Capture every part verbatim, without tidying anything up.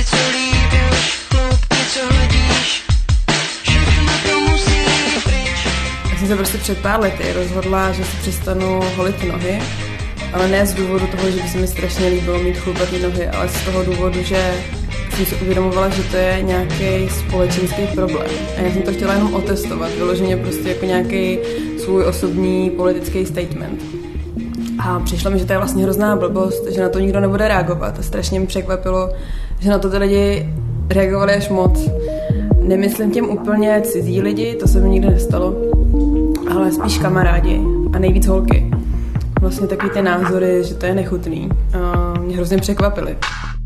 něco líbíš, klub, něco hodíš, všechno to musí pryč. Já jsem se prostě před pár lety rozhodla, že si přestanu holit nohy, ale ne z důvodu toho, že by se mi strašně líbilo mít chlupatý nohy, ale z toho důvodu, že jsem si uvědomovala, že to je nějaký společenský problém. A já jsem to chtěla jenom otestovat, vyloženě prostě jako nějaký svůj osobní politický statement. A přišlo mi, že to je vlastně hrozná blbost, že na to nikdo nebude reagovat. A strašně mi překvapilo, že na to ty lidi reagovali až moc. Nemyslím tím úplně cizí lidi, to se mi nikdy nestalo, ale spíš kamarádi a nejvíc holky. Vlastně takový ty názory, že to je nechutný, a mě hrozně překvapily.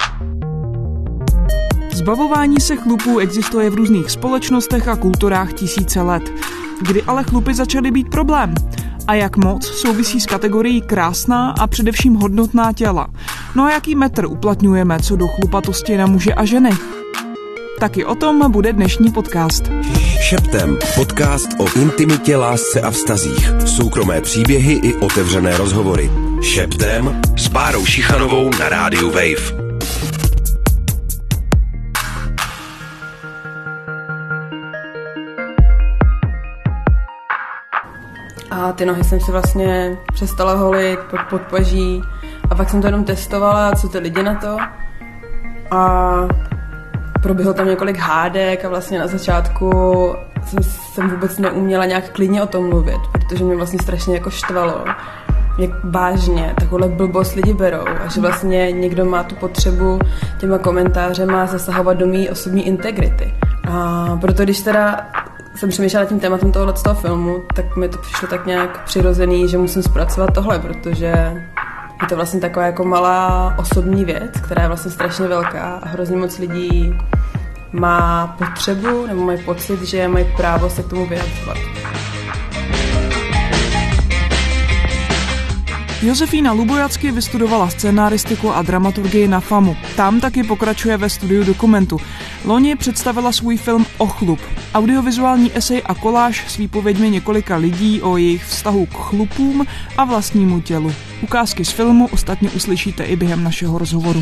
Zbavování se chlupů existuje v různých společnostech a kulturách tisíce let. Kdy ale chlupy začaly být problém? A jak moc souvisí s kategorií krásná a především hodnotná těla? No a jaký metr uplatňujeme co do chlupatosti na muže a ženy? Taky o tom bude dnešní podcast. Šeptem. Podcast o intimitě, lásce a vztazích. Soukromé příběhy i otevřené rozhovory. Šeptem s Bárou Šichanovou na rádiu Wave. A ty nohy jsem si vlastně přestala holit pod podpaží a pak jsem to jenom testovala, co ty lidi na to. A proběhlo tam několik hádek a vlastně na začátku jsem, jsem vůbec neuměla nějak klidně o tom mluvit, protože mě vlastně strašně jako štvalo, jak vážně takovouhle blbost lidi berou a že vlastně někdo má tu potřebu těma komentářema zasahovat do mý osobní integrity. A proto když teda jsem přemýšlela tím tématem tohoto filmu, tak mi to přišlo tak nějak přirozený, že musím zpracovat tohle, protože je to vlastně taková jako malá osobní věc, která je vlastně strašně velká a hrozně moc lidí má potřebu nebo mají pocit, že mají právo se k tomu vyjadřovat. Josefína Lubojacky vystudovala scenaristiku a dramaturgii na FAMu. Tam taky pokračuje ve studiu dokumentu. Loni představila svůj film Ochlup. Audiovizuální esej a koláž s výpověďmi několika lidí o jejich vztahu k chlupům a vlastnímu tělu. Ukázky z filmu ostatně uslyšíte i během našeho rozhovoru.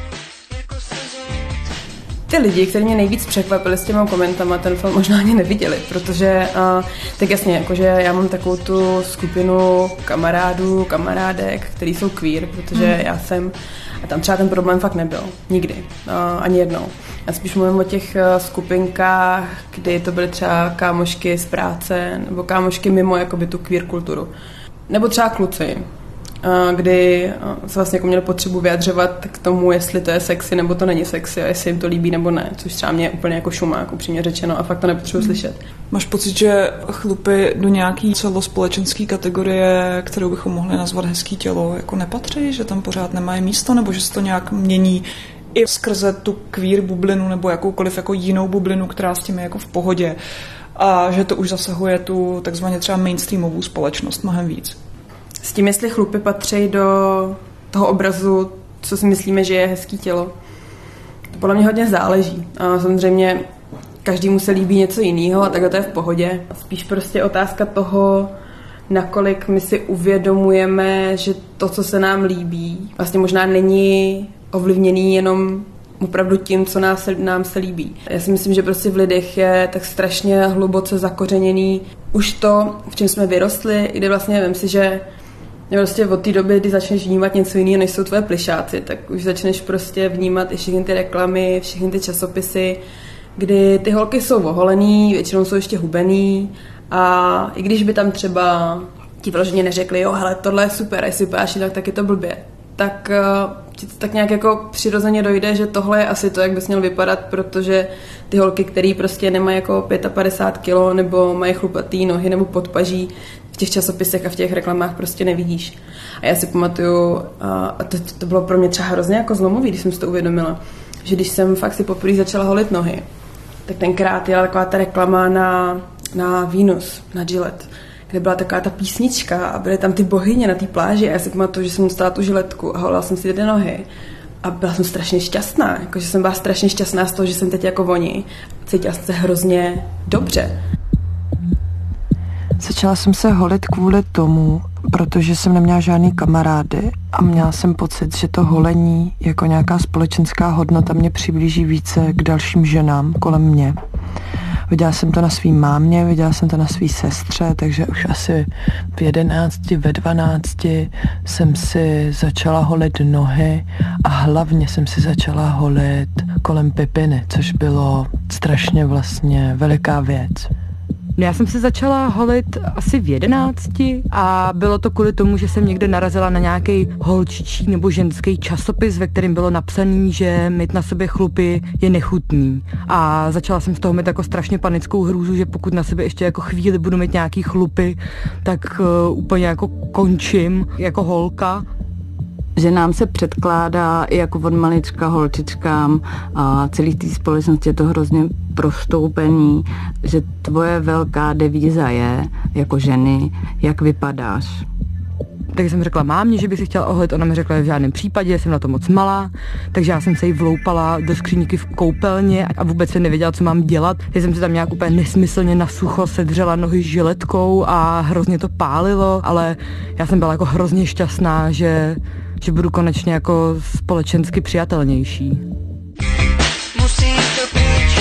Ty lidi, kteří mě nejvíc překvapili s těma komentama, ten film možná ani neviděli, protože uh, tak jasně, jakože já mám takovou tu skupinu kamarádů, kamarádek, který jsou queer, protože hmm. já jsem, a tam třeba ten problém fakt nebyl, nikdy, uh, ani jednou. Já spíš mluvím o těch uh, skupinkách, kdy to byly třeba kámošky z práce, nebo kámošky mimo jakoby tu queer kulturu, nebo třeba kluci, kdy se vlastně jako měli potřebu vyjadřovat k tomu, jestli to je sexy nebo to není sexy a jestli jim to líbí nebo ne, což třeba mě úplně jako šumák, upřímně řečeno, a fakt to nepotřebuji slyšet. Máš pocit, že chlupy do nějaký celospolečenské kategorie, kterou bychom mohli nazvat hezký tělo, jako nepatří, že tam pořád nemají místo, nebo že se to nějak mění i skrze tu queer bublinu nebo jakoukoliv jako jinou bublinu, která s tím je jako v pohodě, a že to už zasahuje tu takzvaně třeba mainstreamovou společnost mnohem víc? S tím, jestli chlupy patří do toho obrazu, co si myslíme, že je hezký tělo, to podle mě hodně záleží. A samozřejmě každému se líbí něco jiného a takhle to je v pohodě. Spíš prostě otázka toho, nakolik my si uvědomujeme, že to, co se nám líbí, vlastně možná není ovlivněný jenom opravdu tím, co nás, nám se líbí. Já si myslím, že prostě v lidech je tak strašně hluboce zakořeněný už to, v čem jsme vyrostli, kdy vlastně vím si, že prostě od té doby, kdy začneš vnímat něco jiného, než jsou tvoje plišáci, tak už začneš prostě vnímat i všechny ty reklamy, všechny ty časopisy, kdy ty holky jsou oholený, většinou jsou ještě hubený a i když by tam třeba ti vyloženě neřekli, jo, hele, tohle je super, a jestli vypadáš jinak, tak je to blbě, tak ti to tak nějak jako přirozeně dojde, že tohle je asi to, jak bys měl vypadat, protože ty holky, které prostě nemají jako padesát pět kilo nebo mají chlupatý nohy nebo podpaží, v těch časopisech a v těch reklamách prostě nevidíš. A já si pamatuju, a to, to bylo pro mě třeba hrozně jako zlomový, když jsem si to uvědomila, že když jsem fakt si poprvé začala holit nohy, tak tenkrát jela taková ta reklama na, na Venus, na Gillette, kde byla taková ta písnička a byly tam ty bohyně na té pláži a já si pamatuju, že jsem dostala tu žiletku a holila jsem si ty nohy a byla jsem strašně šťastná, jakože jsem byla strašně šťastná z toho, že jsem teď jako oni. Cítila jsem se hrozně dobře. Začala jsem se holit kvůli tomu, protože jsem neměla žádný kamarády a měla jsem pocit, že to holení jako nějaká společenská hodnota mě přiblíží více k dalším ženám kolem mě. Viděla jsem to na svý mámě, viděla jsem to na svý sestře, takže už asi v jedenácti, ve dvanácti jsem si začala holit nohy a hlavně jsem si začala holit kolem pipiny, což bylo strašně vlastně veliká věc. No já jsem se začala holit asi v jedenácti a bylo to kvůli tomu, že jsem někde narazila na nějaký holčičí nebo ženský časopis, ve kterém bylo napsané, že mít na sobě chlupy je nechutný. A začala jsem z toho mít jako strašně panickou hrůzu, že pokud na sebe ještě jako chvíli budu mít nějaký chlupy, tak uh, úplně jako končím jako holka. Že nám se předkládá i jako od malička holčičkám a celý té společnosti je to hrozně prostoupený, že tvoje velká devíza je jako ženy, jak vypadáš. Takže jsem řekla mámě, že bych si chtěla oholit, ona mi řekla, že v žádném případě, jsem na to moc malá, takže já jsem se jí vloupala do skříňky v koupelně a vůbec se nevěděla, co mám dělat. Já jsem si tam nějak úplně nesmyslně na sucho sedřela nohy žiletkou a hrozně to pálilo, ale já jsem byla jako hrozně šťastná, že, že budu konečně jako společensky přijatelnější. Musím to pryč.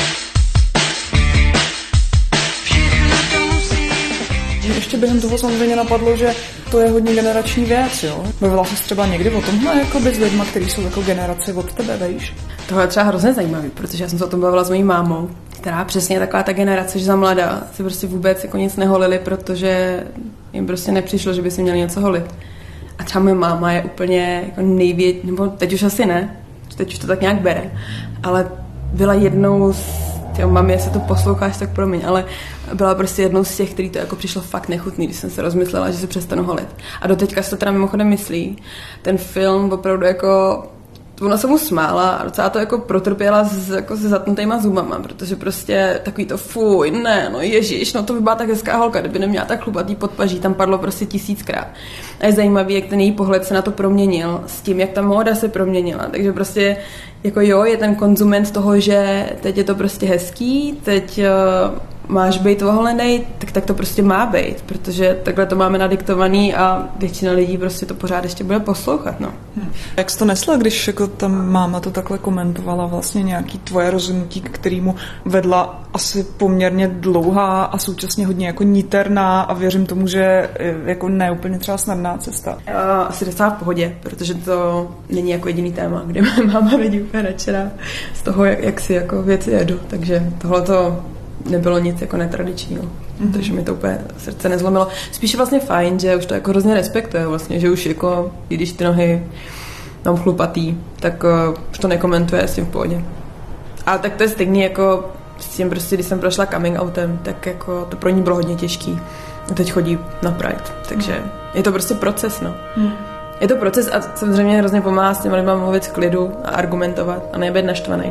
Všechno to musí. Ještě během toho samozřejmě napadlo, že to je hodně generační věc, jo? Bavila jsi třeba někdy o tomhle jakoby s lidma, kteří jsou jako generace od tebe, víš? Tohle je třeba hrozně zajímavý, protože já jsem se o tom bavila s mojí mámou, která přesně taková ta generace, že za mladá si prostě vůbec jako nic neholili, protože jim prostě nepřišlo, že by si měli něco holit. A třeba moje máma je úplně jako největší, nebo teď už asi ne, teď už to tak nějak bere, ale byla jednou z Jo, mami, jestli to posloucháš, tak promiň, ale byla prostě jednou z těch, který to jako přišlo fakt nechutný, když jsem se rozmyslela, že se přestanu holit. A doteďka se to teda mimochodem myslí. Ten film opravdu jako, ona se mu smála a docela to jako protrpěla s, jako se zatnutýma zubama, protože prostě takový to fuj, ne, no ježiš, no to by byla tak hezká holka, kdyby neměla tak chlupatý podpaží, tam padlo prostě tisíckrát. A je zajímavý, jak ten její pohled se na to proměnil s tím, jak ta móda se proměnila, takže prostě jako jo, je ten konzument toho, že teď je to prostě hezký, teď uh, máš být oholenej, tak, tak to prostě má být, protože takhle to máme nadiktovaný a většina lidí prostě to pořád ještě bude poslouchat, no. Hm. Jak jsi to nesla, když jako tam máma to takhle komentovala, vlastně nějaký tvoje rozhodnutí, k kterému vedla asi poměrně dlouhá a současně hodně jako niterná a věřím tomu, že jako ne úplně třeba snadná cesta. Asi docela v pohodě, protože to není jako jediný téma, kde máma vidí úplně nadšená z toho, jak, jak si jako věci jedu, takže tohle to nebylo nic jako netradičního, mm-hmm. takže mi to úplně srdce nezlomilo. Spíš je vlastně fajn, že už to jako hrozně respektuje vlastně, že už jako, i když ty nohy mám chlupatý, tak uh, už to nekomentuje, s tím v pohodě. Ale tak to je stejný jako s tím prostě, když jsem prošla coming outem, tak jako to pro ní bylo hodně těžký. A teď chodí na Pride, takže mm. je to prostě proces, no. Mm. Je to proces a samozřejmě hrozně pomáhá s těma lidma mluvit v klidu a argumentovat a nebýt naštvaný.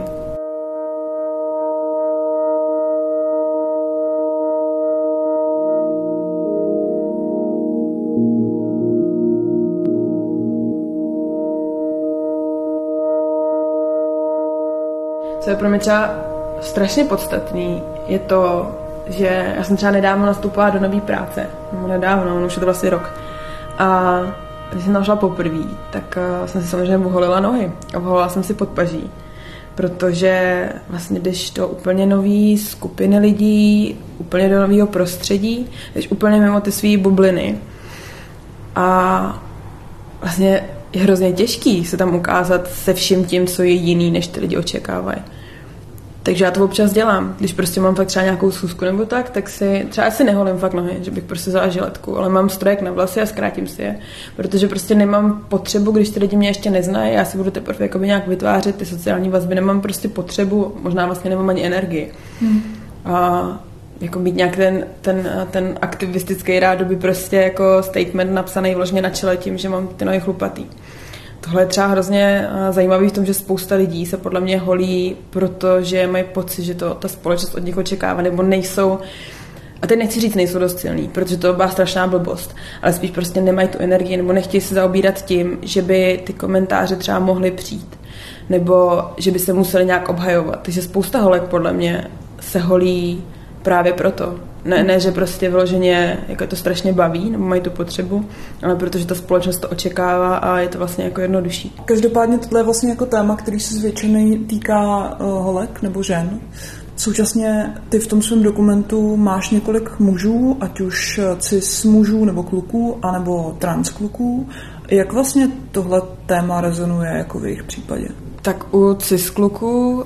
Co je pro mě třeba strašně podstatný, je to, že já jsem třeba nedávno nastupovala do nové práce. No, nedávno, už je to vlastně rok. A když jsem tam šla poprvé, tak uh, jsem si samozřejmě oholila nohy. A oholila jsem si podpaží. Protože vlastně jdeš do úplně nový skupiny lidí, úplně do nového prostředí, jdeš úplně mimo ty svý bubliny. A vlastně je hrozně těžký se tam ukázat se vším tím, co je jiný, než ty lidi očekávají. Takže já to občas dělám. Když prostě mám fakt třeba nějakou schůzku nebo tak, tak si třeba si neholím fakt nohy, že bych prostě vzala žiletku, ale mám strojek na vlasy a zkrátím si je. Protože prostě nemám potřebu, když ty lidi mě ještě neznají, já si budu teprve jakoby nějak vytvářet ty sociální vazby, nemám prostě potřebu, možná vlastně nemám ani energii. Hmm. A jako mít nějak ten, ten, ten aktivistický rádoby prostě jako statement napsaný vložně na čele tím, že mám ty nohy chlupatý. Tohle je třeba hrozně zajímavý v tom, že spousta lidí se podle mě holí, protože mají pocit, že to ta společnost od nich očekává, nebo nejsou, a teď nechci říct, nejsou dost silný, protože to byla strašná blbost, ale spíš prostě nemají tu energii, nebo nechtějí se zaobírat tím, že by ty komentáře třeba mohly přijít, nebo že by se museli nějak obhajovat. Takže spousta holek podle mě se holí právě proto. Ne, ne, že prostě vyloženě jako to strašně baví, nebo mají tu potřebu, ale protože ta společnost to očekává a je to vlastně jako jednodušší. Každopádně tohle je vlastně jako téma, který se zvětšený týká uh, holek nebo žen. Současně ty v tom svém dokumentu máš několik mužů, ať už cis mužů nebo kluků, anebo trans kluků. Jak vlastně tohle téma rezonuje jako v jejich případě? Tak u cis kluků uh,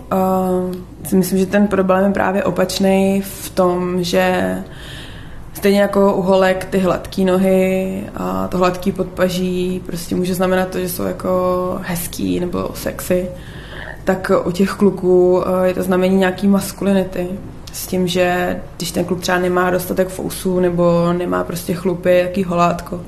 si myslím, že ten problém je právě opačný v tom, že stejně jako u holek ty hladký nohy a to hladký podpaží prostě může znamenat to, že jsou jako hezký nebo sexy, tak u těch kluků uh, je to znamení nějaký maskulinity. S tím, že když ten kluk třeba nemá dostatek fousů nebo nemá prostě chlupy, jaký holátko,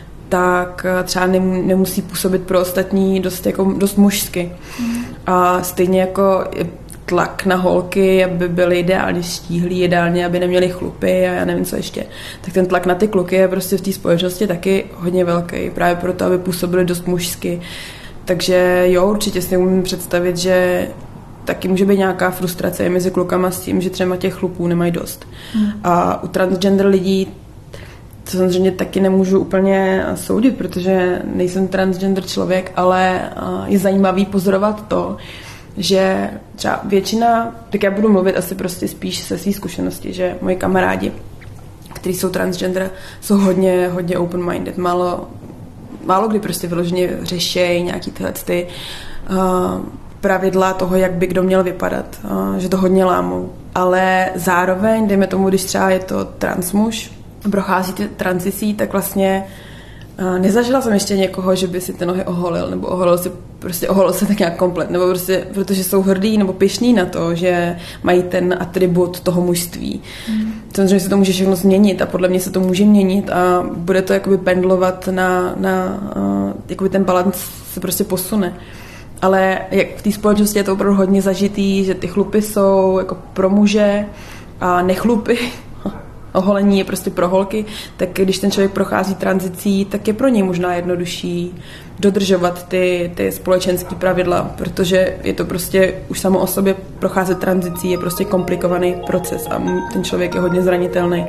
tak třeba nemusí působit pro ostatní dost, jako, dost mužsky. Mm. A stejně jako tlak na holky, aby byly ideálně štíhlí, ideálně, aby neměly chlupy a já nevím, co ještě. Tak ten tlak na ty kluky je prostě v té společnosti taky hodně velký, právě proto, aby působili dost mužsky. Takže jo, určitě si umím představit, že taky může být nějaká frustrace mezi klukama s tím, že třeba těch chlupů nemají dost. Mm. A u transgender lidí to samozřejmě taky nemůžu úplně soudit, protože nejsem transgender člověk, ale je zajímavý pozorovat to, že třeba většina, tak já budu mluvit asi prostě spíš se svý zkušenosti, že moji kamarádi, kteří jsou transgender, jsou hodně, hodně open-minded. Málo, málo kdy prostě vyloženě řešejí nějaký tyhle ty uh, pravidla toho, jak by kdo měl vypadat, uh, že to hodně lámou. Ale zároveň, dejme tomu, když třeba je to transmuž, prochází ty tranzicí, tak vlastně uh, nezažila jsem ještě někoho, že by si ty nohy oholil, nebo oholil si, prostě oholil se tak nějak komplet, nebo prostě, protože jsou hrdí nebo pyšní na to, že mají ten atribut toho mužství. Mm. Samozřejmě se to může všechno změnit a podle mě se to může měnit a bude to jakoby pendlovat na, na uh, jakoby ten balans se prostě posune. Ale jak v té společnosti je to opravdu hodně zažitý, že ty chlupy jsou jako pro muže a nechlupy, oholení je prostě pro holky, tak když ten člověk prochází tranzicí, tak je pro něj možná jednodušší dodržovat ty, ty společenské pravidla, protože je to prostě už samo o sobě procházet tranzicí je prostě komplikovaný proces a ten člověk je hodně zranitelný.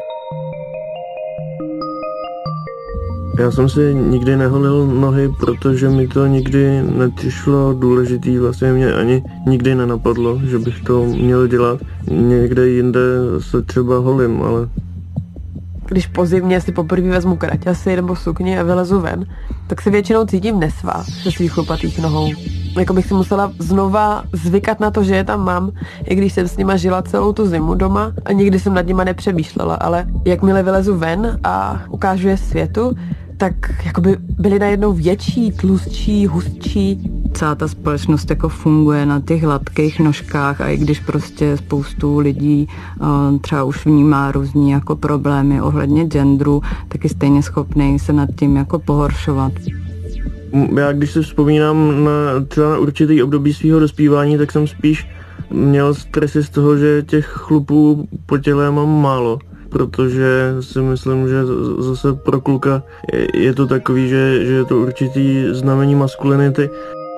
Já jsem si nikdy neholil nohy, protože mi to nikdy nepřišlo důležitý, vlastně mě ani nikdy nenapadlo, že bych to měl dělat. Někde jinde se třeba holím, ale... Když po zimě si poprvé vezmu kraťasy nebo sukni a vylezu ven, tak se většinou cítím nesvá se svých chlupatých nohou. Jako bych si musela znova zvykat na to, že je tam mám, i když jsem s nima žila celou tu zimu doma a nikdy jsem nad nima nepřemýšlela, ale jakmile vylezu ven a ukážu je světu, tak jakoby byly najednou větší, tlustší, hustší. Celá ta společnost jako funguje na těch hladkých nožkách a i když prostě spoustu lidí uh, třeba už vnímá různý jako problémy ohledně genderu, tak je stejně schopný se nad tím jako pohoršovat. Já když si vzpomínám na třeba na určitý období svého dospívání, tak jsem spíš měl stresy z toho, že těch chlupů po těle mám málo. Protože si myslím, že zase pro kluka je to takový, že, že je to určitý znamení maskulinity.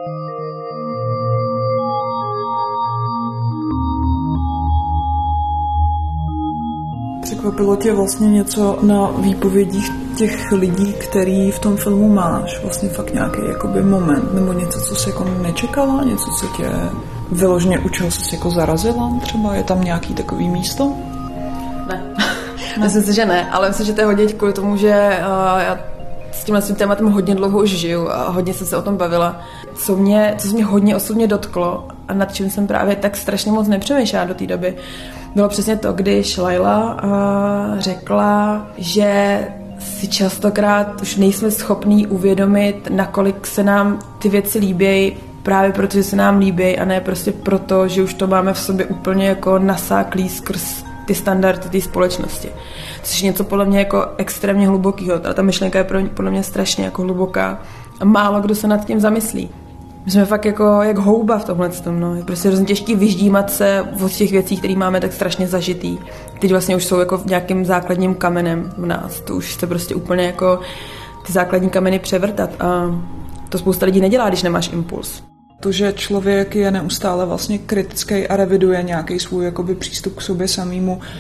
Překvapilo tě vlastně něco na výpovědích těch lidí, který v tom filmu máš? Vlastně fakt nějaký jakoby moment, nebo něco, co jsi jako nečekala, něco, co tě vyloženě u čeho jsi jako zarazila? Třeba je tam nějaký takový místo? Ne. Myslím si, že ne, ale myslím, že to je hodně kvůli tomu, že uh, já s tímhle tím tématem hodně dlouho už žiju a hodně jsem se o tom bavila. Co mě, co se mě hodně osobně dotklo a nad čím jsem právě tak strašně moc nepřemýšlela do té doby, bylo přesně to, když Laila uh, řekla, že si častokrát už nejsme schopní uvědomit, nakolik se nám ty věci líbí, právě protože se nám líbí a ne prostě proto, že už to máme v sobě úplně jako nasáklý skrz ty standardy té společnosti. Což je něco podle mě jako extrémně hlubokýho. Ta myšlenka je podle mě strašně jako hluboká a málo kdo se nad tím zamyslí. My jsme fakt jako jak houba v tomhle tom, no. Je prostě hrozně těžký vyždímat se od těch věcí, které máme tak strašně zažitý. Teď vlastně už jsou jako v nějakým základním kamenem v nás. To už se prostě úplně jako ty základní kameny převrtat a to spousta lidí nedělá, když nemáš impuls. To, že člověk je neustále vlastně kritický a reviduje nějaký svůj jakoby přístup k sobě samému,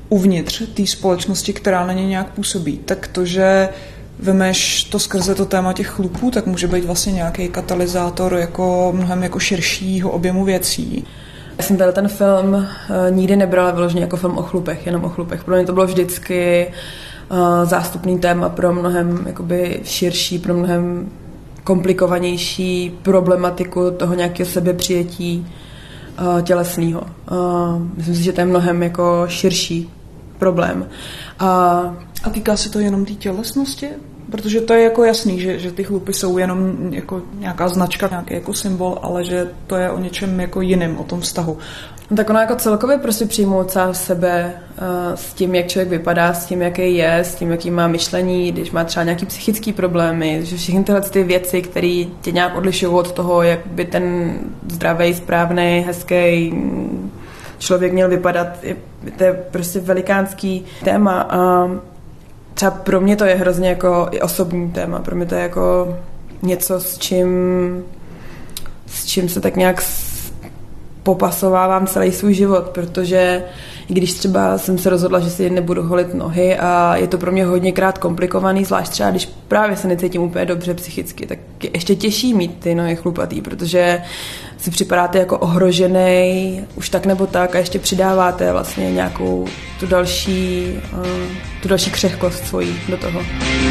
uvnitř té společnosti, která na ně nějak působí. Tak to, že vemeš to skrze to téma těch chlupů, tak může být vlastně nějaký katalyzátor jako mnohem jako širšího objemu věcí. Já jsem tady ten film uh, nikdy nebrala vyloženě jako film o chlupech, jenom o chlupech. Pro mě to bylo vždycky uh, zástupný téma pro mnohem jakoby širší, pro mnohem komplikovanější problematiku toho nějakého sebepřijetí uh, tělesného. Uh, myslím si, že to je mnohem jako širší problém. A, A týká se to jenom té tělesnosti? Protože to je jako jasný, že, že ty chlupy jsou jenom jako nějaká značka, nějaký jako symbol, ale že to je o něčem jako jiném, o tom vztahu. Tak ono jako celkově prostě přijmout sám sebe uh, s tím, jak člověk vypadá, s tím, jaký je, s tím, jaký má myšlení, když má třeba nějaký psychický problémy, že všechny tyhle ty věci, které tě nějak odlišují od toho, jak by ten zdravý, správný, hezký člověk měl vypadat, je, to je prostě velikánský téma a třeba pro mě to je hrozně jako i osobní téma, pro mě to je jako něco, s čím, s čím se tak nějak popasovávám celý svůj život, protože i když třeba jsem se rozhodla, že si nebudu holit nohy a je to pro mě hodněkrát komplikovaný, zvlášť třeba když právě se necítím úplně dobře psychicky, tak je ještě těžší mít ty nohy chlupatý, protože si připadáte jako ohrožený už tak nebo tak a ještě přidáváte vlastně nějakou tu další, tu další křehkost svojí do toho.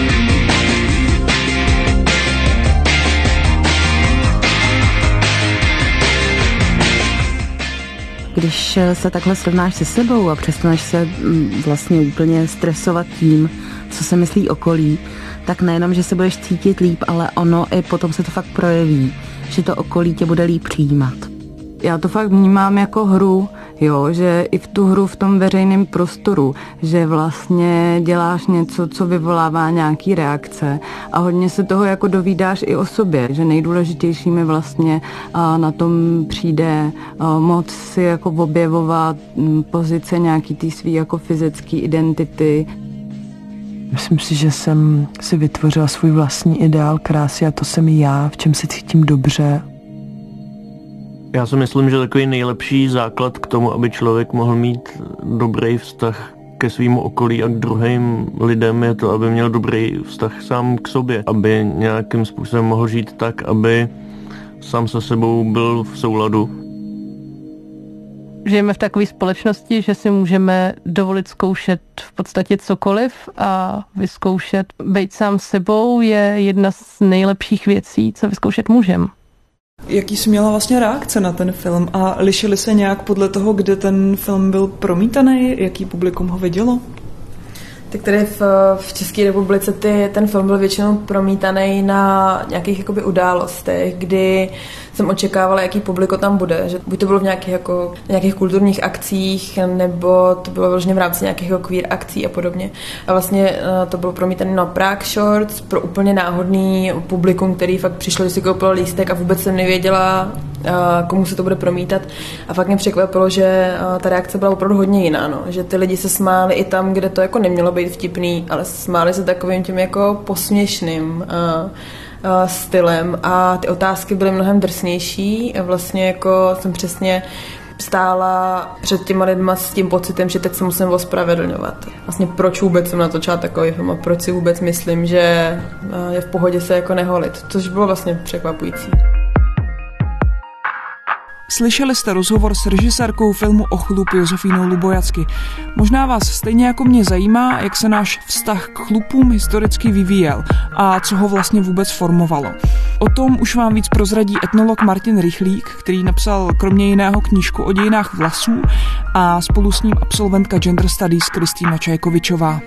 Když se takhle srovnáš se sebou a přestaneš se vlastně úplně stresovat tím, co se myslí okolí, tak nejenom, že se budeš cítit líp, ale ono i potom se to fakt projeví, že to okolí tě bude líp přijímat. Já to fakt vnímám jako hru, jo, že i v tu hru v tom veřejném prostoru, že vlastně děláš něco, co vyvolává nějaký reakce a hodně se toho jako dovídáš i o sobě, že nejdůležitější mi vlastně na tom přijde moc si jako objevovat pozice nějaký té svý jako fyzické identity. Myslím si, že jsem si vytvořila svůj vlastní ideál krásy a to jsem já, v čem se cítím dobře. Já si myslím, že takový nejlepší základ k tomu, aby člověk mohl mít dobrý vztah ke svýmu okolí a k druhým lidem, je to, aby měl dobrý vztah sám k sobě. Aby nějakým způsobem mohl žít tak, aby sám se sebou byl v souladu. Žijeme v takové společnosti, že si můžeme dovolit zkoušet v podstatě cokoliv a vyzkoušet být sám sebou je jedna z nejlepších věcí, co vyzkoušet můžeme. Jaký jsi měla vlastně reakce na ten film a lišily se nějak podle toho, kde ten film byl promítaný, jaký publikum ho vidělo? Tak tady v, v České republice ty, ten film byl většinou promítaný na nějakých jakoby událostech, kdy jsem očekávala, jaký publiko tam bude. Že buď to bylo v nějakých, jako, nějakých kulturních akcích, nebo to bylo vlastně v rámci nějakých jako queer akcí a podobně. A vlastně to bylo promítané na Prague Shorts pro úplně náhodný publikum, který fakt přišlo, že si koupil lístek a vůbec jsem nevěděla, komu se to bude promítat. A fakt mě překvapilo, že ta reakce byla opravdu hodně jiná. No. Že ty lidi se smáli i tam, kde to jako nemělo být vtipný, ale smáli se takovým tím jako posměšným stylem a ty otázky byly mnohem drsnější. Vlastně jako jsem přesně stála před těma lidma s tím pocitem, že teď se musím ospravedlňovat. Vlastně proč vůbec jsem natočila takový film a proč si vůbec myslím, že je v pohodě se jako neholit, což bylo vlastně překvapující. Slyšeli jste rozhovor s režisérkou filmu O chlup Josefínou Lubojacky. Možná vás stejně jako mě zajímá, jak se náš vztah k chlupům historicky vyvíjel a co ho vlastně vůbec formovalo. O tom už vám víc prozradí etnolog Martin Rychlík, který napsal kromě jiného knížku o dějinách vlasů a spolu s ním absolventka Gender Studies Kristýna Čajkovičová.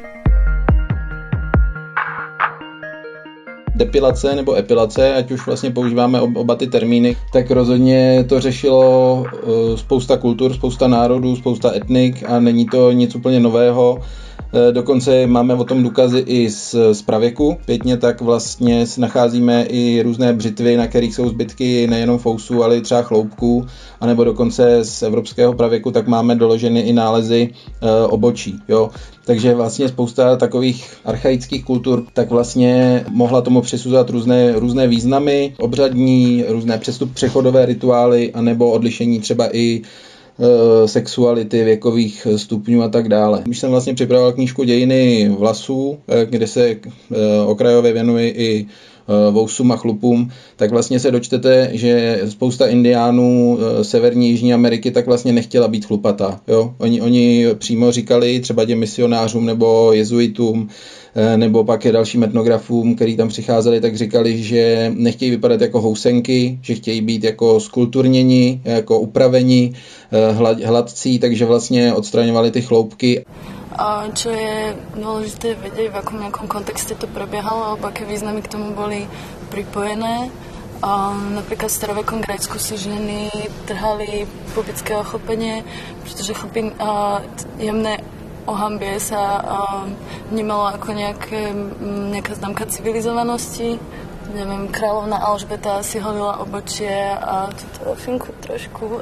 Depilace nebo epilace, ať už vlastně používáme oba ty termíny, tak rozhodně to řešilo spousta kultur, spousta národů, spousta etnik a není to nic úplně nového. Dokonce máme o tom důkazy i z, z pravěku. Pěkně tak vlastně nacházíme i různé břitvy, na kterých jsou zbytky nejenom fousů, ale i třeba chloupků, anebo dokonce z evropského pravěku tak máme doloženy i nálezy e, obočí. Jo. Takže vlastně spousta takových archaických kultur tak vlastně mohla tomu přisuzovat různé, různé významy, obřadní, různé přestup přechodové rituály, anebo odlišení třeba i sexuality, věkových stupňů a tak dále. Když jsem vlastně připravoval knížku Dějiny vlasů, kde se okrajově věnuji i vousům a chlupům, tak vlastně se dočtete, že spousta indiánů Severní Jižní Ameriky tak vlastně nechtěla být chlupatá. Jo? Oni, oni přímo říkali třeba těm misionářům nebo jezuitům nebo pak je dalším etnografům, kteří tam přicházeli, tak říkali, že nechtějí vypadat jako housenky, že chtějí být jako skulturněni, jako upraveni, hladcí, takže vlastně odstraňovali ty chloupky. A čo je dôležité vedieť, v akom nejakom kontexte to prebiehalo, alebo aké významy k tomu boli pripojené. A napríklad v starovekom Grécku si ženy trhali pubické ochopenie, pretože chlpy a jemné ohambie sa vnímalo ako nejaké, nejaká známka civilizovanosti. Neviem, kráľovna Alžbeta si holila obočie a túto finku trošku.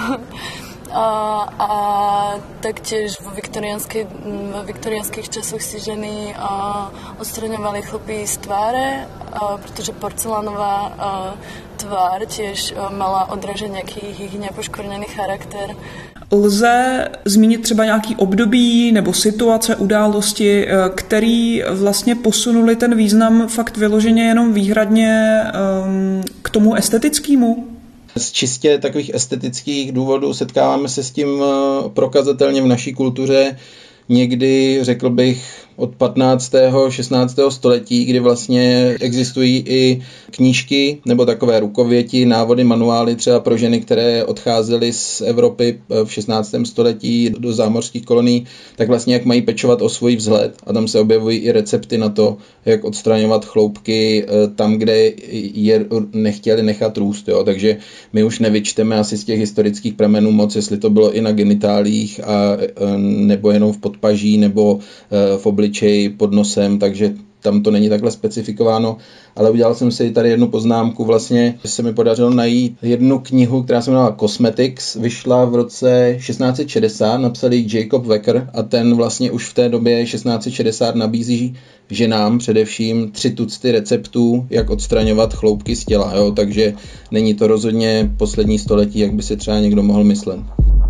A, a taktiež vo, vo viktoriánskych časoch si ženy a, odstraňovali chlpy z tváre, a, pretože porcelánová a, tvár tiež a, mala odražet nějaký jejich nepoškvrněný charakter. Lze zmínit třeba nějaký období nebo situace, události, který vlastně posunuli ten význam fakt vyloženě jenom výhradně um, k tomu estetickému? Z čistě takových estetických důvodů setkáváme se s tím prokazatelně v naší kultuře někdy, řekl bych, od patnáctého šestnáctého století, kdy vlastně existují i knížky nebo takové rukověti, návody, manuály třeba pro ženy, které odcházely z Evropy v šestnáctém století do zámořských kolonií, tak vlastně jak mají pečovat o svůj vzhled. A tam se objevují i recepty na to, jak odstraňovat chloupky tam, kde je nechtěli nechat růst. Jo. Takže my už nevyčteme asi z těch historických pramenů moc, jestli to bylo i na genitálích a, nebo jenom v podpaží nebo v obličeji pod nosem, takže tam to není takhle specifikováno, ale udělal jsem si tady jednu poznámku, vlastně se mi podařilo najít jednu knihu, která se jmenovala Cosmetics, vyšla v roce šestnáct set šedesát, napsal ji Jacob Wecker a ten vlastně už v té době šestnáct set šedesát nabízí ženám především tři tucty receptů, jak odstraňovat chloupky z těla, jo? Takže není to rozhodně poslední století, jak by si třeba někdo mohl myslet.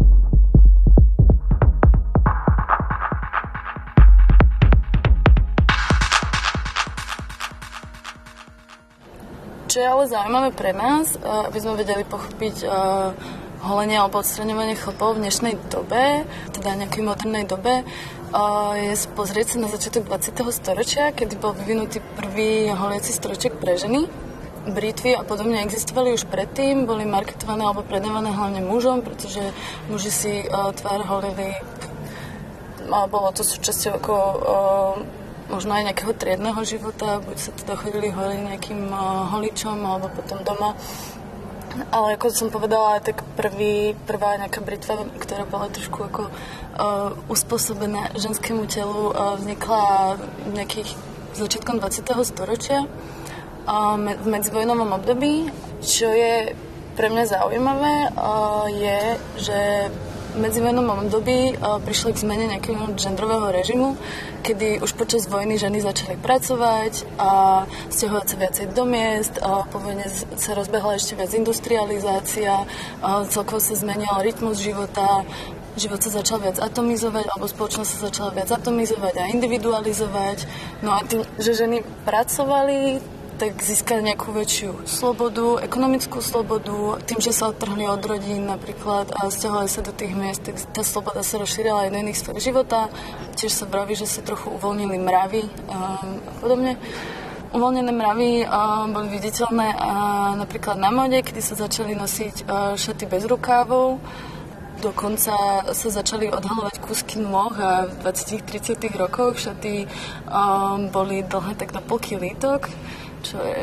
Čo je ale zaujímavé pre nás, aby sme vedeli pochopiť holenie alebo odstraňovanie chlpov v dnešnej dobe, teda nejakej modernej dobe, je pozrieť sa na začiatok dvadsiateho storočia, kedy bol vyvinutý prvý holiaci stroček pre ženy. Britvy a podobne existovali už predtým, boli marketované alebo predávané hlavne mužom, pretože muži si tvár holili, bolo to súčasťou ako možno aj nejakého triedného života, buď sa teda chodili holiť nejakým uh, holičom alebo potom doma. Ale ako som povedala, tak prvý, prvá nejaká britva, ktorá bola trošku ako uh, uspôsobená ženskému telu, uh, vznikla nejakých začiatkom dvadsiateho storočia uh, me, v medzivojnovom období. Čo je pre mňa zaujímavé, uh, je, že v medzivojnovom období uh, prišlo k zmene nejakého genderového režimu, kedy už počas vojny ženy začali pracovať a sťahovať sa viacej do miest, a po vojne sa rozbehla ešte viac industrializácia, a celkovo sa zmenil rytmus života, život sa začal viac atomizovať, alebo spoločnosť sa začala viac atomizovať a individualizovať. No a tým, že ženy pracovali, tak získali nejakú väčšiu slobodu, ekonomickú slobodu, tým, že sa odtrhli od rodín napríklad a sťahovali sa do tých miest, tak tá sloboda sa rozšírila aj do iných sfér života. Tiež sa vraví, že sa trochu uvoľnili mravy a podobne. Uvoľnené mravy a, boli viditeľné a napríklad na móde, kedy sa začali nosiť a, šaty bez rukávov. Dokonca sa začali odhalovať kúsky nôh a v dvadsiatych tridsiatych rokoch šaty a, boli dlhé tak na polký lítok, čo je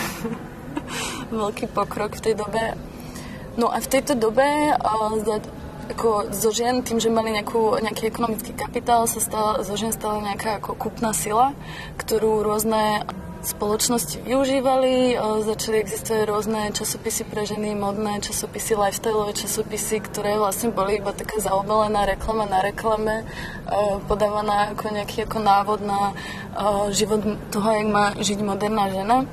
veľký pokrok v tej dobe. No a v tejto dobe a, ako zo žien, tým, že mali nejakú, nejaký ekonomický kapitál, sa stala, zo žien stala nejaká ako kúpna sila, ktorú rôzne spoločnosti využívali. Začali existovať rôzne časopisy pre ženy, modné časopisy, lifestyleové časopisy, ktoré vlastne boli iba taká zaobalená reklama na reklame, podávaná ako nejaký ako návod na život toho, jak má žiť moderná žena.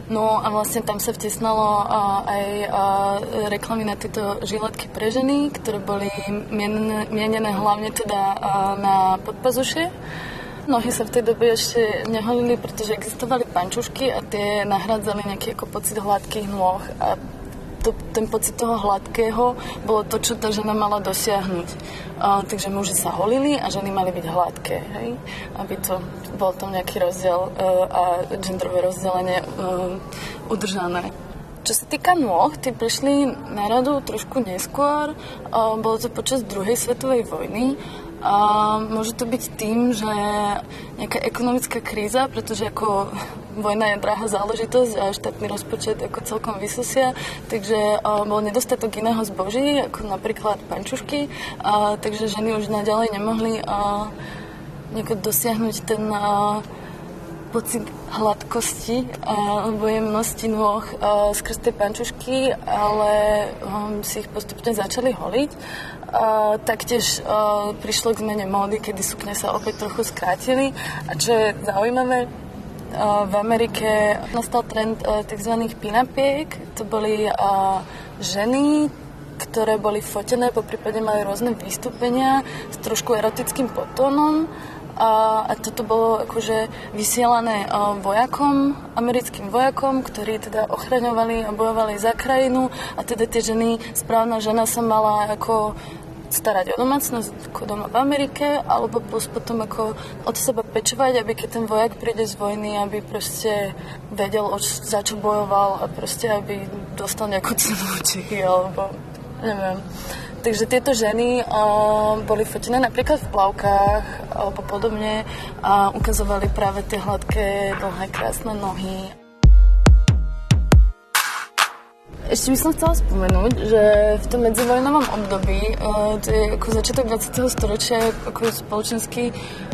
No a vlastne tam sa vtisnalo uh, aj uh, reklamy na tieto žiletky pre ženy, ktoré boli mienené, mienené hlavne teda uh, na podpazušie. Nohy sa v tej dobe ešte neholili, pretože existovali pančušky a tie nahrádzali nejaký ako pocit hladkých nôh. A to, ten pocit toho hladkého bolo to, čo tá žena mala dosiahnuť. Uh, takže muži sa holili a ženy mali byť hladké, hej? Aby to bol tam nejaký rozdiel uh, a genderové rozdelenie uh, udržané. Čo sa týka nôh, tí prišli na radu trošku neskôr, uh, bolo to počas druhej svetovej vojny. A môže to byť tým, že nejaká ekonomická kríza, pretože ako vojna je drahá záležitosť a štátny rozpočet ako celkom vysusia, takže uh, bol nedostatok iného zboží, ako napríklad pančušky, uh, takže ženy už naďalej nemohli uh, nejako dosiahnuť ten uh, pocit hladkosti alebo jemnosti nôh uh, skrz tie pančušky, ale um, si ich postupne začali holiť. Uh, taktiež uh, prišlo k zmene módy, kedy sukne sa opäť trochu skrátili. A čo je zaujímavé, uh, v Amerike nastal trend uh, tzv. Pin-upiek. To boli uh, ženy, ktoré boli fotené, poprípade mali rôzne vystúpenia s trošku erotickým podtónom. A, a toto bolo akože vysielané uh, vojakom, americkým vojakom, ktorí teda ochraňovali a bojovali za krajinu a teda tie ženy, správna žena sa mala ako starať o domácnosť ako doma v Amerike alebo potom ako od seba pečovať, aby keď ten vojak príde z vojny, aby proste vedel, za čo bojoval a proste aby dostal nejakú cenu Čechy alebo neviem. Takže tieto ženy uh, boli fotené napríklad v plavkách alebo podobne a ukazovali práve tie hladké, dlhé, krásne nohy. Ešte by som chcela spomenúť, že v tom medzivojnovom období, uh, to je ako začiatok dvadsiateho storočia, ako spoločensky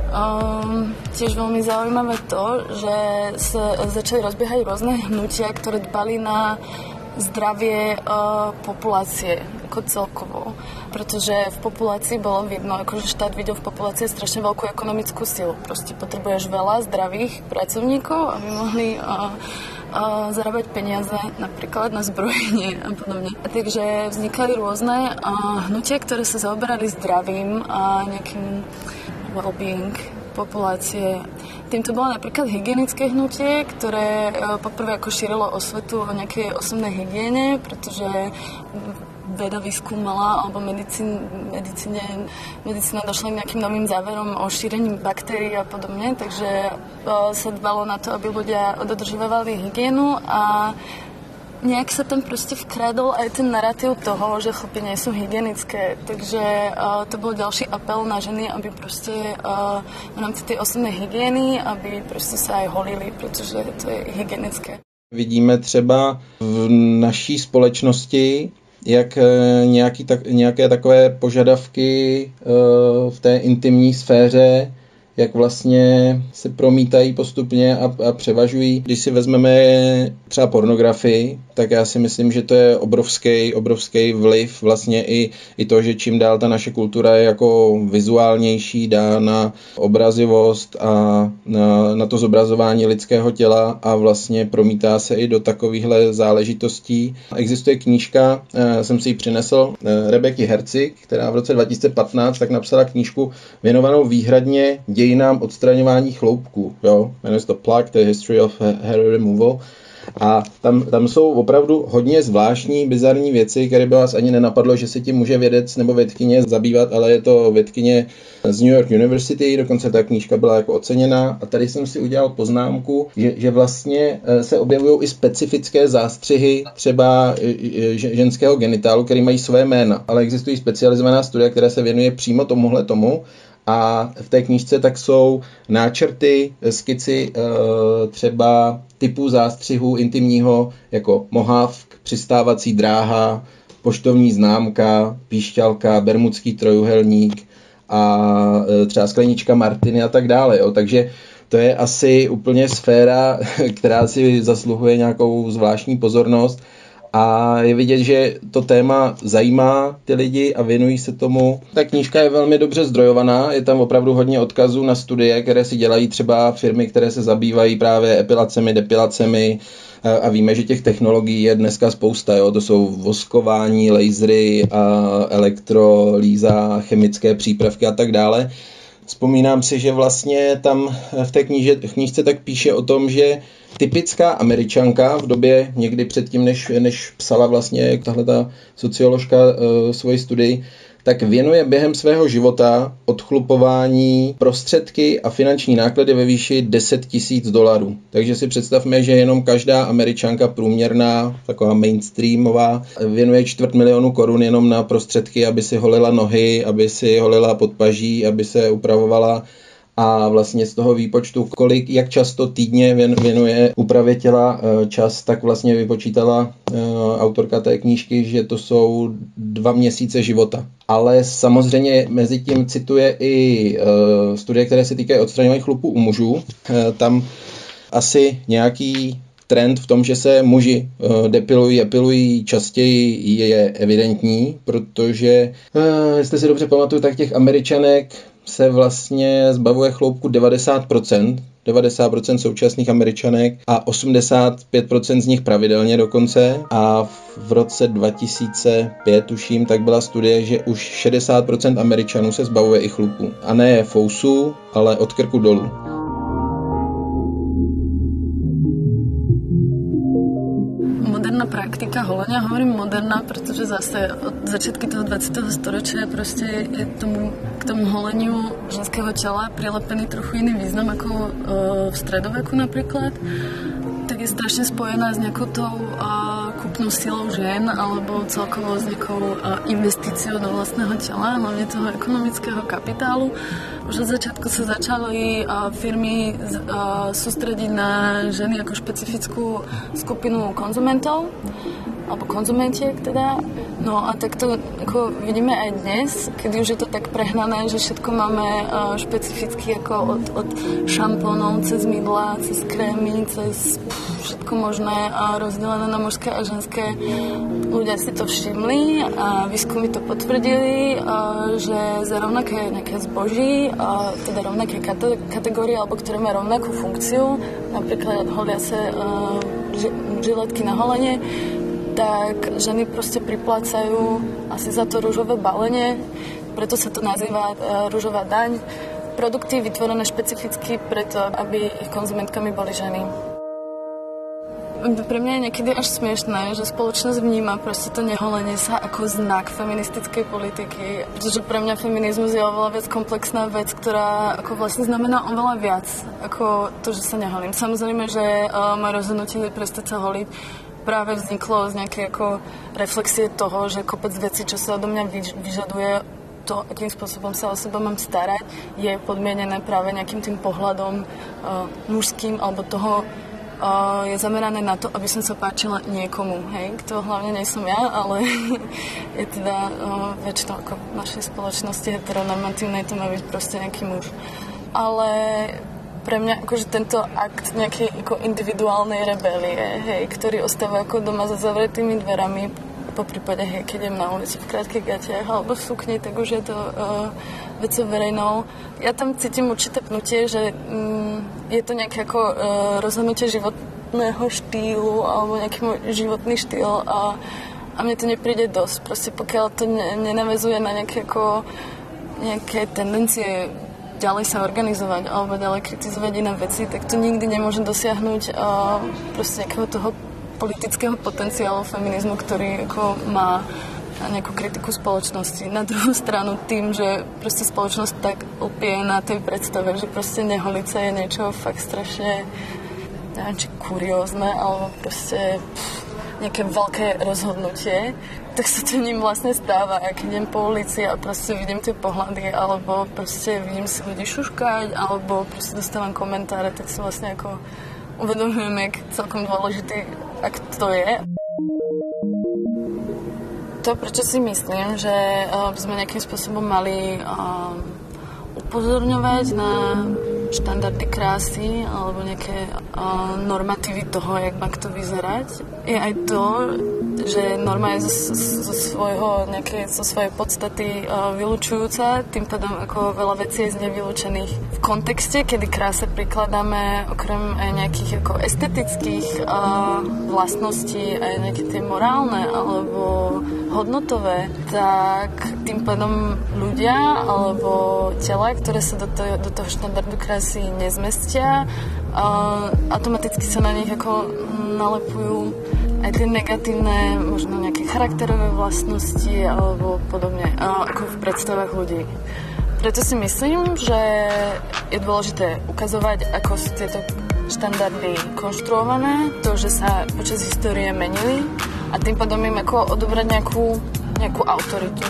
um, tiež veľmi zaujímavé to, že sa začali rozbiehať rôzne hnutia, ktoré dbali na zdravie uh, populácie ako celkovo. Pretože v populácii bolo vidno, akože štát videl v populácii strašne veľkú ekonomickú silu. Proste potrebuješ veľa zdravých pracovníkov, aby mohli uh, uh, zarábať peniaze napríklad na zbrojenie a podobne. A takže vznikali rôzne uh, hnutia, ktoré sa zaoberali zdravím a nejakým well-being populácie. Týmto bolo napríklad hygienické hnutie, ktoré poprvé ako šírilo osvetu o nejakej osobnej hygiene, pretože veda vyskúmala, alebo medicín, medicíne, medicína došla k nejakým novým záverom o šírení baktérií a podobne, takže sa dbalo na to, aby ľudia dodržovali hygienu a nejak sa tam proste vkradol aj ten narratív toho, že chlapy nie sú hygienické. Takže uh, to bol ďalší apel na ženy, aby proste uh, v rámci tej osobnej hygieny, aby proste sa aj holili, pretože to je hygienické. Vidíme třeba v naší společnosti, jak nějaký, tak, nějaké takové požadavky uh, v té intimní sféře, jak vlastně se promítají postupně a, a převažují. Když si vezmeme třeba pornografii, tak já si myslím, že to je obrovský, obrovský vliv vlastně i, i to, že čím dál ta naše kultura je jako vizuálnější, dá na obrazivost a na, na to zobrazování lidského těla a vlastně promítá se i do takovýchhle záležitostí. Existuje knížka, jsem si ji přinesl, Rebeky Herzig, která v roce dva tisíce patnáct tak napsala knížku věnovanou výhradně dějinám odstraňování chloupků. Jo? Jmenuje se to Plug, The History of Hair Removal. A tam, tam jsou opravdu hodně zvláštní, bizarní věci, které by vás ani nenapadlo, že se tím může vědec nebo vědkyně zabývat, ale je to vědkyně z New York University, dokonce ta knížka byla jako oceněná. A tady jsem si udělal poznámku, že, že vlastně se objevují i specifické zástřihy třeba ženského genitálu, který mají své jména, ale existují specializovaná studia, která se věnuje přímo tomuhle tomu. A v té knížce tak jsou náčrty, skici třeba typů zástřihů intimního, jako mohávk, přistávací dráha, poštovní známka, píšťalka, bermudský trojuhelník a třeba sklenička Martiny a tak dále. Jo. Takže to je asi úplně sféra, která si zasluhuje nějakou zvláštní pozornost. a je vidět, že to téma zajímá ty lidi a věnují se tomu. Ta knížka je velmi dobře zdrojovaná, je tam opravdu hodně odkazů na studie, které si dělají třeba firmy, které se zabývají právě epilacemi, depilacemi, a víme, že těch technologií je dneska spousta, jo? To jsou voskování, lasery, elektrolýza, chemické přípravky a tak dále. Vzpomínám si, že vlastně tam v té kníže, knížce tak píše o tom, že typická Američanka v době někdy předtím, než, než psala vlastně tahle ta socioložka uh, svoji studii, tak věnuje během svého života odchlupování prostředky a finanční náklady ve výši deset tisíc dolarů. Takže si představme, že jenom každá Američanka průměrná, taková mainstreamová, věnuje čtvrt milionu korun jenom na prostředky, aby si holila nohy, aby si holila podpaží, aby se upravovala. A vlastně z toho výpočtu, kolik, jak často týdně věnuje úpravě těla čas, tak vlastně vypočítala autorka té knížky, že to jsou dva měsíce života. Ale samozřejmě mezi tím cituje i studie, které se týkají odstraňování chlupů u mužů. Tam asi nějaký trend v tom, že se muži depilují, epilují častěji, je evidentní, protože, jestli si dobře pamatuju, tak těch Američanek se vlastně zbavuje chloupku devadesát procent, devadesát procent současných Američanek a osmdesát pět procent z nich pravidelně dokonce. A v roce dva tisíce pět, tuším, tak byla studie, že už šedesát procent Američanů se zbavuje i chlupů. A ne fousů, ale od krku dolů. Moderná praktika holenia, hovorím moderná, pretože zase od začiatky toho dvadsiateho storočia proste je tomu, k tomu holeniu ženského tela prilepený trochu iný význam ako uh, v stredoveku napríklad. Tak je strašne spojená s nejakou tou uh, kúpnou silou žien alebo celkovo s nejakou uh, investíciou do vlastného tela, hlavne toho ekonomického kapitálu. Už od začiatku sa začali uh, firmy uh, sústrediť na ženy ako špecifickú skupinu konzumentov alebo konzumentiek teda. No a tak to ako vidíme aj dnes, kedy už je to tak prehnané, že všetko máme uh, špecificky ako od, od šampónov, cez mydla, cez krémy, cez všetko možné a rozdelené na mužské a ženské. Ľudia si to všimli a výskumy to potvrdili, uh, že za rovnaké nejaké zboží, uh, teda rovnaké kate- kategórie, alebo ktoré má rovnakú funkciu, napríklad holia sa uh, žiletky na holenie, tak ženy proste priplácajú asi za to ružové balenie, preto sa to nazýva uh, ružová daň. Produkty vytvorené špecificky preto, aby ich konzumentkami boli ženy. Pre mňa je niekedy až smiešné, že spoločnosť vníma proste to neholenie sa ako znak feministickej politiky, pretože pre mňa feminizmus je oveľa viac komplexná vec, ktorá ako vlastne znamená oveľa viac ako to, že sa neholím. Samozrejme, že uh, moje rozhodnutie prestať sa holiť práve vzniklo z nejakej ako reflexie toho, že kopec vecí, čo sa odo mňa vyžaduje, to, akým spôsobom sa o seba mám starať, je podmienené práve nejakým tým pohľadom uh, mužským, alebo toho uh, je zamerané na to, aby som sa páčila niekomu, hej, to hlavne nie som ja, ale je teda uh, väčšinou ako v našej spoločnosti heteronormatívnej to má byť proste nejaký muž. Ale pre mňa akože tento akt nejakej ako individuálnej rebelie, hej, ktorý ostáva ako doma za zavretými dverami, po prípade, hej, keď idem na ulici v krátkych gatiach alebo v sukni, tak už je to uh, vecou verejnou. Ja tam cítim určité pnutie, že um, je to nejaké ako uh, rozhodnutie životného štýlu alebo nejaký môj životný štýl a, a mne to nepríde dosť. Proste pokiaľ to ne, nenavezuje na nejaké ako nejaké tendencie ďalej sa organizovať alebo ďalej kritizovať iné veci, tak to nikdy nemôže dosiahnuť uh, proste nejakého toho politického potenciálu feminizmu, ktorý ako má nejakú kritiku spoločnosti. Na druhú stranu tým, že proste spoločnosť tak opie na tej predstave, že proste neholiť sa je niečo fakt strašne neviem, či kuriózne, alebo proste pff, nejaké veľké rozhodnutie, tak sa to ním vlastne stáva. Ja keď idem po ulici a proste vidím tie pohľady, alebo proste vidím si ľudí šuškať, alebo proste dostávam komentáre, tak si vlastne ako uvedomujem, jak celkom dôležitý akt to je. To, prečo si myslím, že by sme nejakým spôsobom mali upozorňovať na štandardy krásy alebo nejaké normatívy toho, jak má kto vyzerať. Je aj to, že norma je zo, zo, svojho, nejaké, zo svojej podstaty uh, vylučujúca, tým pádom ako veľa vecí je z nej vylúčených. V kontexte, kedy kráse prikladáme okrem aj nejakých ako estetických uh, vlastností, aj nejaké tie morálne alebo hodnotové, tak tým pádom ľudia alebo tela, ktoré sa do toho, do toho štandardu krásy nezmestia, uh, automaticky sa na nich ako nalepujú aj tie negatívne, možno nejaké charakterové vlastnosti alebo podobne, uh, ako v predstavách ľudí. Preto si myslím, že je dôležité ukazovať, ako sú tieto štandardy konštruované, to, že sa počas histórie menili a tým pádom im ako odobrať nejakú, nejakú autoritu.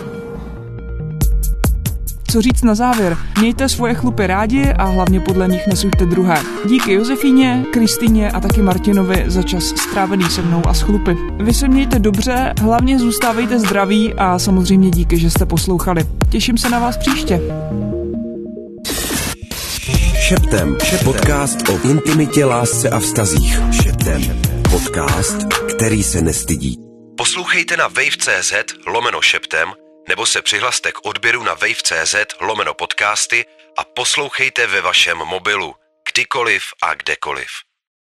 Co říct na závěr? Mějte svoje chlupy rádi a hlavně podle nich nesuďte druhé. Díky Josefíně, Kristýně a taky Martinovi za čas strávený se mnou a s chlupy. Vy se mějte dobře, hlavně zůstávejte zdraví a samozřejmě díky, že jste poslouchali. Těším se na vás příště. Šeptem. Podcast o intimitě, lásce a vztazích. Šeptem. Podcast, který se nestydí. Poslouchejte na wave.cz lomeno šeptem nebo se přihlaste k odběru na wave.cz lomeno podcasty a poslouchejte ve vašem mobilu, kdykoliv a kdekoliv.